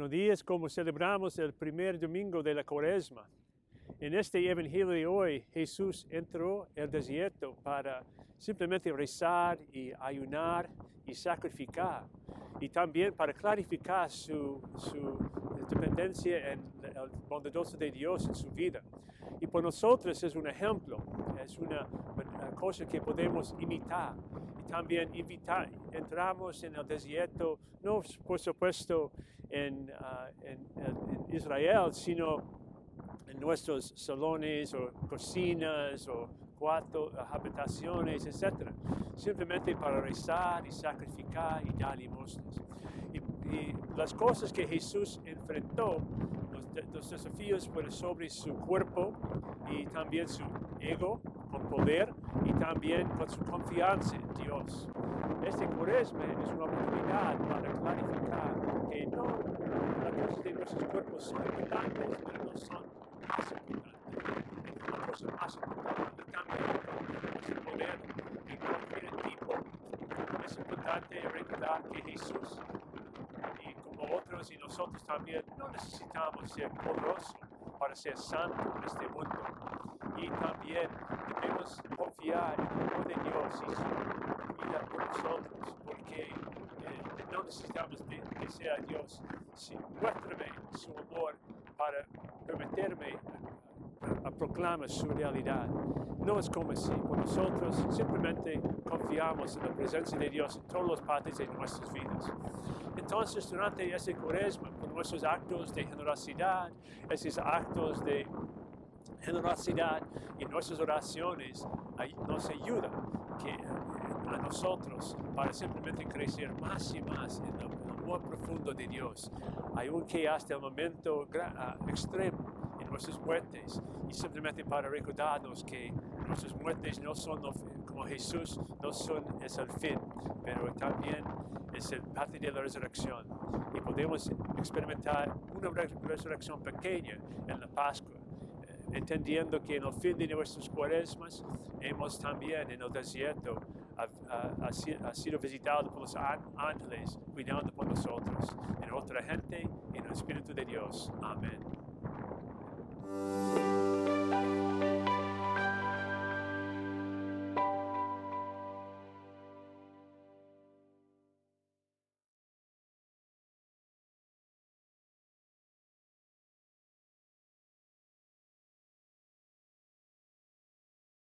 Buenos días, como celebramos el primer domingo de la Cuaresma. En este evangelio de hoy, Jesús entró al desierto para simplemente rezar y ayunar y sacrificar, y también para clarificar su dependencia en el bondadoso de Dios en su vida. Y por nosotros es un ejemplo, es una cosa que podemos imitar. Y también entramos en el desierto, no por supuesto en Israel, sino en nuestros salones o cocinas o cuartos, habitaciones, etc. Simplemente para rezar y sacrificar y dar limosnas. Y las cosas que Jesús enfrentó, los desafíos fueron sobre su cuerpo y también su ego con poder y también con su confianza en Dios. Este Cuaresma es una oportunidad para clarificar que no, las cosas de nuestros cuerpos son importantes, pero no son más importantes. Es una cosa más importante también nuestro poder en cualquier tipo. Es importante recordar que Jesús, y como otros y nosotros también, no necesitamos ser poderosos para ser santos en este mundo. Y también debemos confiar en el amor de Dios y su vida por nosotros, porque no necesitamos de ser a Dios. Muéstrame su amor para permitirme a proclamar su realidad. No es como si por nosotros simplemente confiamos en la presencia de Dios en todas las partes de nuestras vidas. Entonces, durante ese Cuaresma, por nuestros actos de generosidad, esos actos de generosidad y nuestras oraciones nos ayuda a nosotros para simplemente crecer más y más en el amor profundo de Dios, aunque hasta el momento extremo en nuestras muertes, y simplemente para recordarnos que nuestras muertes no son como Jesús, es el fin, pero también es el parte de la resurrección, y podemos experimentar una resurrección pequeña en la Pascua, entendiendo que en el fin de nuestros cuaresmas hemos también en el desierto ha sido visitado por los ángeles cuidando por nosotros, en otra gente y en el Espíritu de Dios. Amén.